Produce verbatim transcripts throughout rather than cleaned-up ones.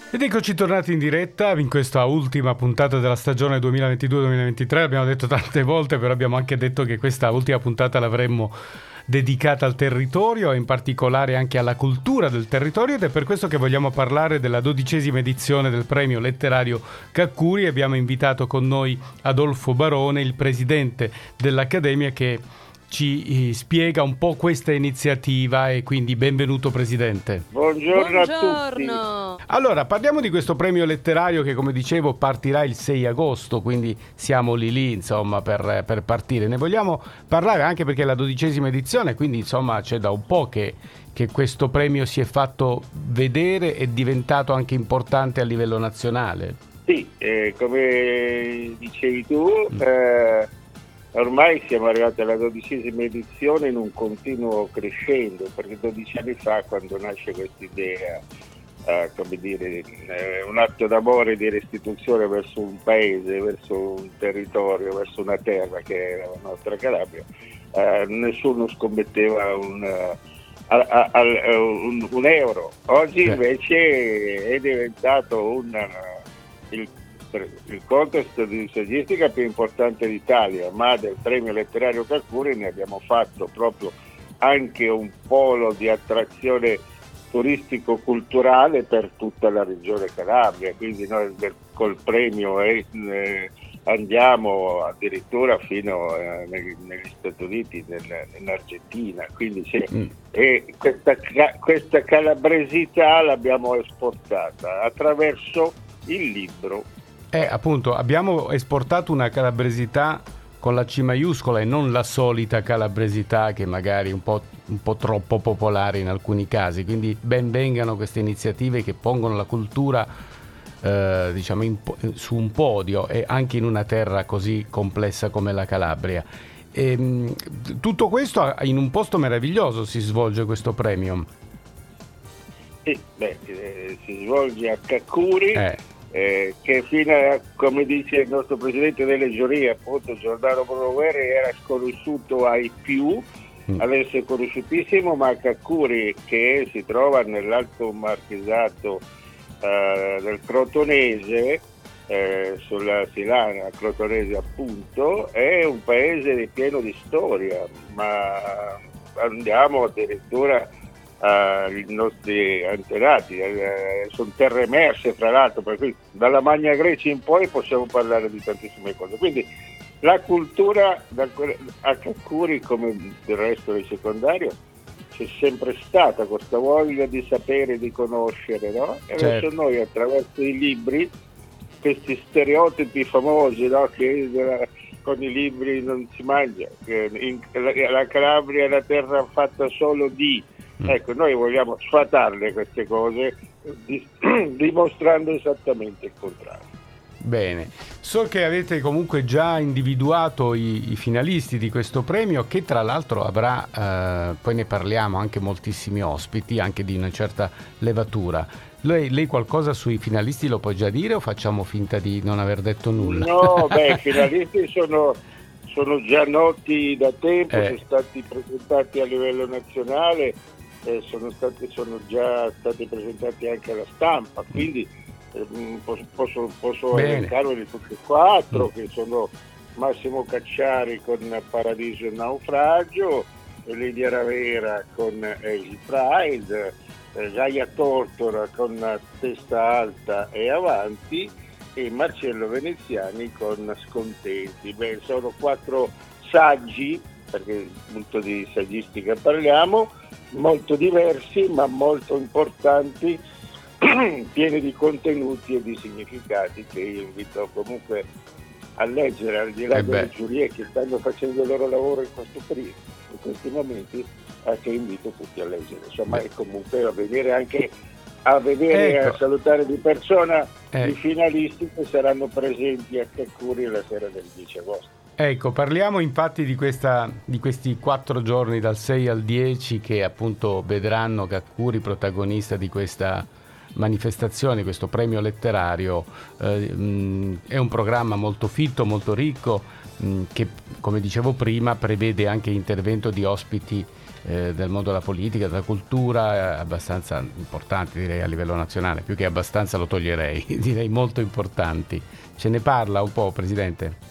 Ed eccoci tornati in diretta in questa ultima puntata della stagione duemilaventidue duemilaventitré. L'abbiamo detto tante volte, però abbiamo anche detto che questa ultima puntata l'avremmo dedicata al territorio e in particolare anche alla cultura del territorio, ed è per questo che vogliamo parlare della dodicesima edizione del premio letterario Caccuri. Abbiamo invitato con noi Adolfo Barone, il presidente dell'Accademia, che ci spiega un po' questa iniziativa, e quindi benvenuto presidente. Buongiorno, Buongiorno a tutti. Allora, parliamo di questo premio letterario che, come dicevo, partirà il sei agosto, quindi siamo lì lì, insomma, per, per partire. Ne vogliamo parlare anche perché è la dodicesima edizione, quindi insomma c'è da un po' che, che questo premio si è fatto vedere e è diventato anche importante a livello nazionale. Sì, eh, come dicevi tu, eh, ormai siamo arrivati alla dodicesima edizione in un continuo crescendo, perché dodici anni fa, quando nasce questa idea, eh, come dire, eh, un atto d'amore di restituzione verso un paese, verso un territorio, verso una terra che era la nostra Calabria, eh, nessuno scommetteva un, uh, a, a, a, un, un euro. Oggi invece è diventato un, uh, il il contest di saggistica più importante d'Italia, ma del premio letterario Caccuri ne abbiamo fatto proprio anche un polo di attrazione turistico-culturale per tutta la regione Calabria, quindi noi col premio eh, eh, andiamo addirittura fino eh, negli, negli Stati Uniti, nel, in Argentina, quindi c'è, mm. e questa, questa calabresità l'abbiamo esportata attraverso il libro. Eh, appunto, abbiamo esportato una calabresità con la C maiuscola e non la solita calabresità che magari è un po', un po' troppo popolare in alcuni casi, quindi ben vengano queste iniziative che pongono la cultura eh, diciamo in, su un podio, e anche in una terra così complessa come la Calabria. E, tutto questo in un posto meraviglioso si svolge questo premio. Sì, beh, eh, si svolge a Caccuri. Eh. Eh, che fino a, come dice il nostro presidente delle giurie, appunto Giordano Brunoguerri, era sconosciuto ai più, mm. adesso è conosciutissimo, ma Caccuri, che si trova nell'Alto Marchesato eh, del Crotonese, eh, sulla Silana Crotonese appunto, è un paese pieno di storia, ma andiamo addirittura Uh, i nostri antenati, uh, sono terre emerse fra l'altro, per cui dalla Magna Grecia in poi possiamo parlare di tantissime cose, quindi la cultura da, a Caccuri, come del resto del secondario, c'è sempre stata questa voglia di sapere, di conoscere, no? E certo. Adesso noi attraverso i libri, questi stereotipi famosi, no? Che uh, con i libri non si mangia, che in, la, la Calabria è la terra fatta solo di. Ecco, noi vogliamo sfatarle queste cose dimostrando esattamente il contrario. Bene, so che avete comunque già individuato i, i finalisti di questo premio, che tra l'altro avrà, eh, poi ne parliamo, anche moltissimi ospiti, anche di una certa levatura. Lei, lei qualcosa sui finalisti lo può già dire o facciamo finta di non aver detto nulla? No, beh, i finalisti sono, sono già noti da tempo, eh. sono stati presentati a livello nazionale. Eh, sono stati sono già stati presentati anche alla stampa, quindi eh, posso, posso, posso elencarveli tutti e quattro, mm. che sono Massimo Cacciari con Paradiso e Naufragio, Lidia Ravera con Easy Pride, eh, Gaia Tortora con Testa Alta e Avanti, e Marcello Veneziani con Scontenti. Beh, sono quattro saggi, perché molto di saggistica parliamo, molto diversi ma molto importanti, pieni di contenuti e di significati, che io invito comunque a leggere, al di là eh delle giurie che stanno facendo il loro lavoro in questo periodo, in questi momenti, a che invito tutti a leggere. Insomma, beh. E comunque a venire anche a vedere, ecco. a salutare di persona eh. i finalisti che saranno presenti a Caccuri la sera del dieci agosto. Ecco, parliamo infatti di, questa, di questi quattro giorni dal sei al dieci che appunto vedranno Caccuri protagonista di questa manifestazione, questo premio letterario, eh, mh, è un programma molto fitto, molto ricco, mh, che come dicevo prima prevede anche intervento di ospiti eh, del mondo della politica, della cultura, eh, abbastanza importanti, direi, a livello nazionale. Più che abbastanza lo toglierei, direi molto importanti. Ce ne parla un po', Presidente?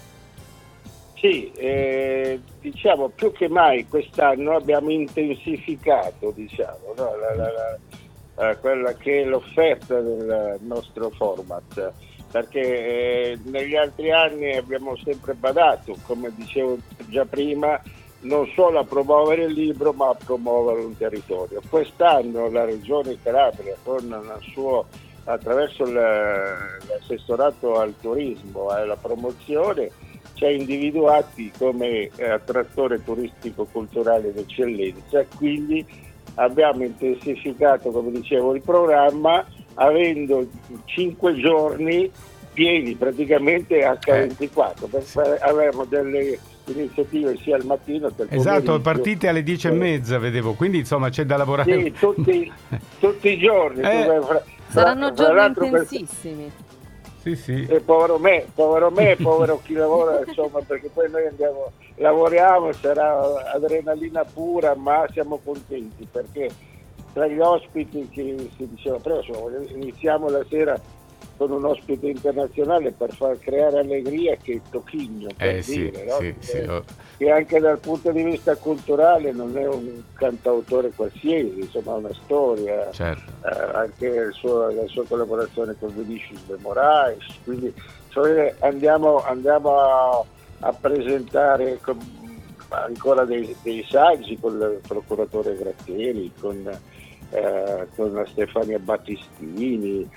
Sì, eh, diciamo più che mai quest'anno abbiamo intensificato, diciamo, no, la, la, la, la, quella che è l'offerta del nostro format, perché eh, negli altri anni abbiamo sempre badato, come dicevo già prima, non solo a promuovere il libro ma a promuovere un territorio. Quest'anno la Regione Calabria, con il suo, attraverso l'assessorato al turismo e alla promozione, ci ha individuati come eh, attrattore turistico-culturale d'eccellenza, quindi abbiamo intensificato, come dicevo, il programma, avendo cinque giorni pieni praticamente acca ventiquattro, perché avremo delle iniziative sia al mattino che al pomeriggio. Esatto, partite alle dieci e mezza, vedevo, quindi insomma c'è da lavorare. Sì, tutti, tutti i giorni. Eh, fra, saranno fra, giorni fra intensissimi. Per... Sì, sì. E povero me, povero me, povero chi lavora, insomma, perché poi noi andiamo, lavoriamo, sarà adrenalina pura, ma siamo contenti perché tra gli ospiti che si diceva prima, iniziamo la sera con un ospite internazionale per far creare allegria, che è Tocchigno, per eh, sì, dire, no? sì, che, sì, oh. che anche dal punto di vista culturale non è un cantautore qualsiasi, insomma ha una storia, certo. eh, anche il suo, la sua collaborazione con Vinicius de Moraes, quindi cioè, andiamo, andiamo a, a presentare con, ancora dei, dei saggi con il procuratore Gratteri, con, eh, con Stefania Battistini,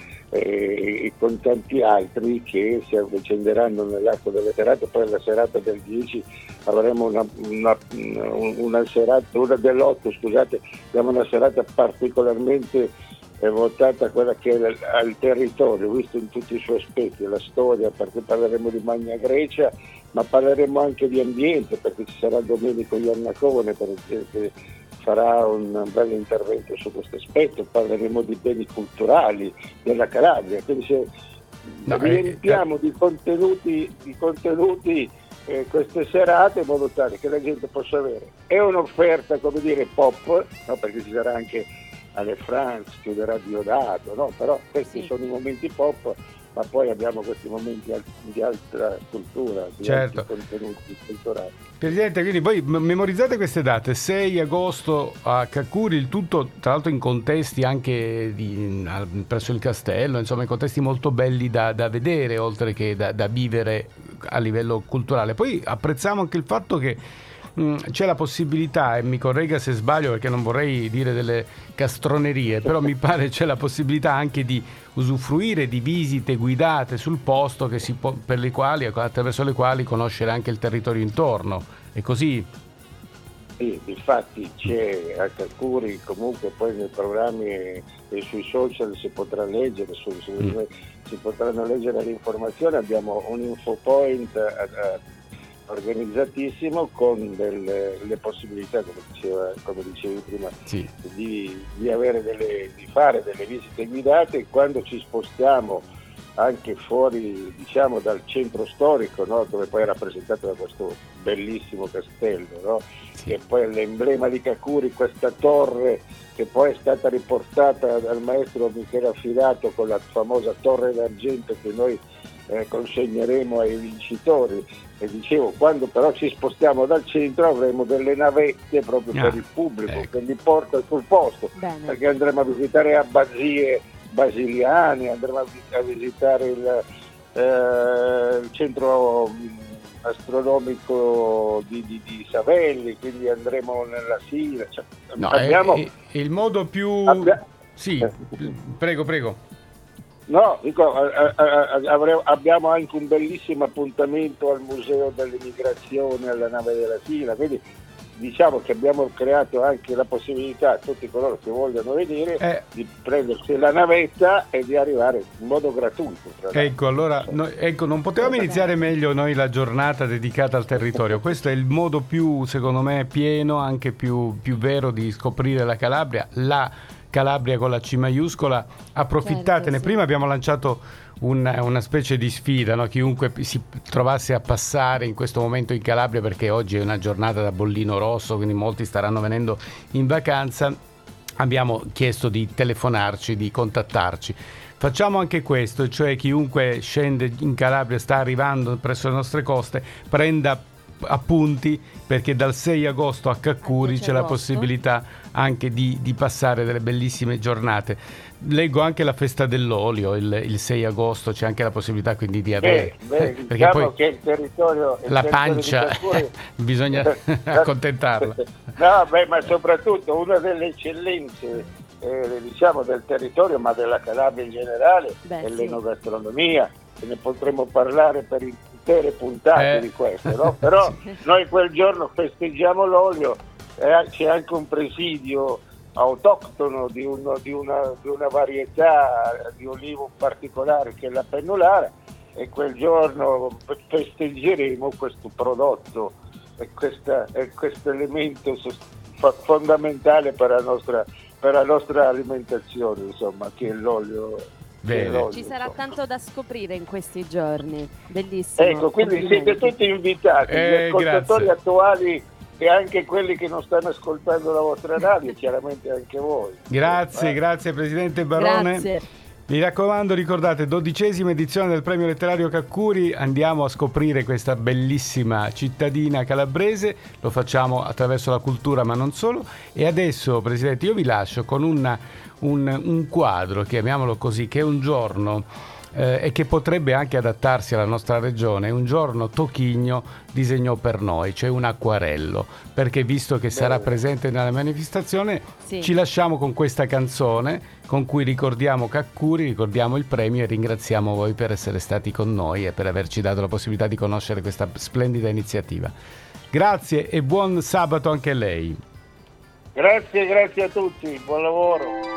e con tanti altri che si avvicenderanno nell'arco delle serate. Poi la serata del dieci avremo una, una, una serata, una dell'otto, scusate, abbiamo una serata particolarmente eh, votata a quella che è al territorio, visto in tutti i suoi aspetti, la storia, perché parleremo di Magna Grecia, ma parleremo anche di ambiente, perché ci sarà Domenico Iannacone, per esempio, che farà un bel intervento su questo aspetto. Parleremo di beni culturali della Calabria, quindi se no, riempiamo eh, di contenuti, di contenuti eh, queste serate in modo tale che la gente possa avere è un'offerta, come dire, pop, no? Perché ci sarà anche Ale France, chiuderà Diodato, no? Però questi sì. sono i momenti pop, ma poi abbiamo questi momenti di altra cultura, di certo. altri contenuti culturali. Presidente, quindi voi memorizzate queste date: sei agosto a Caccuri, il tutto tra l'altro in contesti anche di, presso il castello, insomma in contesti molto belli da, da vedere, oltre che da, da vivere a livello culturale. Poi apprezziamo anche il fatto che c'è la possibilità, e mi corregga se sbaglio perché non vorrei dire delle castronerie, però mi pare c'è la possibilità anche di usufruire di visite guidate sul posto che si può, per le quali, attraverso le quali conoscere anche il territorio intorno. È così? Sì, infatti c'è a Caccuri, comunque poi nei programmi e, e sui social si potrà leggere, su, su, mm. si potranno leggere le informazioni. Abbiamo un info point a, a, organizzatissimo con delle le possibilità, come, diceva, come dicevi prima, sì. di, di, avere delle, di fare delle visite guidate. Quando ci spostiamo anche fuori, diciamo, dal centro storico, no? Dove poi è rappresentato da questo bellissimo castello, no? Sì. Che poi è l'emblema di Caccuri, questa torre che poi è stata riportata dal maestro Michele Affidato con la famosa torre d'argento che noi eh, consegneremo ai vincitori. E dicevo, quando però ci spostiamo dal centro avremo delle navette proprio ah, per il pubblico, ecco, che li porta sul posto. Bene. Perché andremo a visitare abbazie basiliane, andremo a visitare il, eh, il centro astronomico di, di, di Savelli, quindi andremo nella Sila. Cioè, no, abbiamo, è, è il modo più... Abbia... Sì, prego, prego. No, dico, a, a, a, avremo, abbiamo anche un bellissimo appuntamento al Museo dell'Immigrazione alla nave della Sila, quindi diciamo che abbiamo creato anche la possibilità a tutti coloro che vogliono venire eh. di prendersi la navetta e di arrivare in modo gratuito. Ecco, allora, no, ecco, non potevamo iniziare meglio noi la giornata dedicata al territorio. Questo è il modo più, secondo me, pieno, anche più, più vero di scoprire la Calabria, la Calabria con la C maiuscola, approfittatene. Certo, sì. Prima abbiamo lanciato una, una specie di sfida, no? Chiunque si trovasse a passare in questo momento in Calabria, perché oggi è una giornata da bollino rosso, quindi molti staranno venendo in vacanza, abbiamo chiesto di telefonarci, di contattarci. Facciamo anche questo, cioè chiunque scende in Calabria, sta arrivando presso le nostre coste, prenda appunti, perché dal sei agosto a Caccuri c'è la possibilità anche di, di passare delle bellissime giornate. Leggo anche la festa dell'olio il, il sei agosto, c'è anche la possibilità quindi di avere, beh, beh, perché diciamo poi che il territorio, il la territorio pancia Caccuri, bisogna accontentarla. No, beh, ma soprattutto una delle eccellenze eh, diciamo del territorio, ma della Calabria in generale, beh, è sì. l'enogastronomia, e ne potremo parlare per intere puntate eh. di questo, no? Però sì. noi quel giorno festeggiamo l'olio, eh, c'è anche un presidio autoctono di, uno, di, una, di una varietà di olivo particolare che è la pennulara, e quel giorno festeggeremo questo prodotto e questa, e questo elemento fondamentale per la nostra, per la nostra alimentazione, insomma, che è l'olio. Che è l'olio, ci sarà insomma. Tanto da scoprire in questi giorni, bellissimo. Ecco, quindi siete tutti invitati, eh, gli ascoltatori grazie. attuali e anche quelli che non stanno ascoltando la vostra radio, chiaramente anche voi. Grazie, eh. grazie Presidente Barone. Grazie. Mi raccomando, ricordate, dodicesima edizione del Premio Letterario Caccuri, andiamo a scoprire questa bellissima cittadina calabrese, lo facciamo attraverso la cultura ma non solo. E adesso, Presidente, io vi lascio con una, un, un quadro, chiamiamolo così, che è un giorno eh, e che potrebbe anche adattarsi alla nostra regione. Un giorno Tochigno disegnò per noi, cioè un acquarello, perché visto che sarà presente nella manifestazione, sì. ci lasciamo con questa canzone con cui ricordiamo Caccuri, ricordiamo il premio e ringraziamo voi per essere stati con noi e per averci dato la possibilità di conoscere questa splendida iniziativa. Grazie e buon sabato anche a lei. Grazie, grazie a tutti, buon lavoro.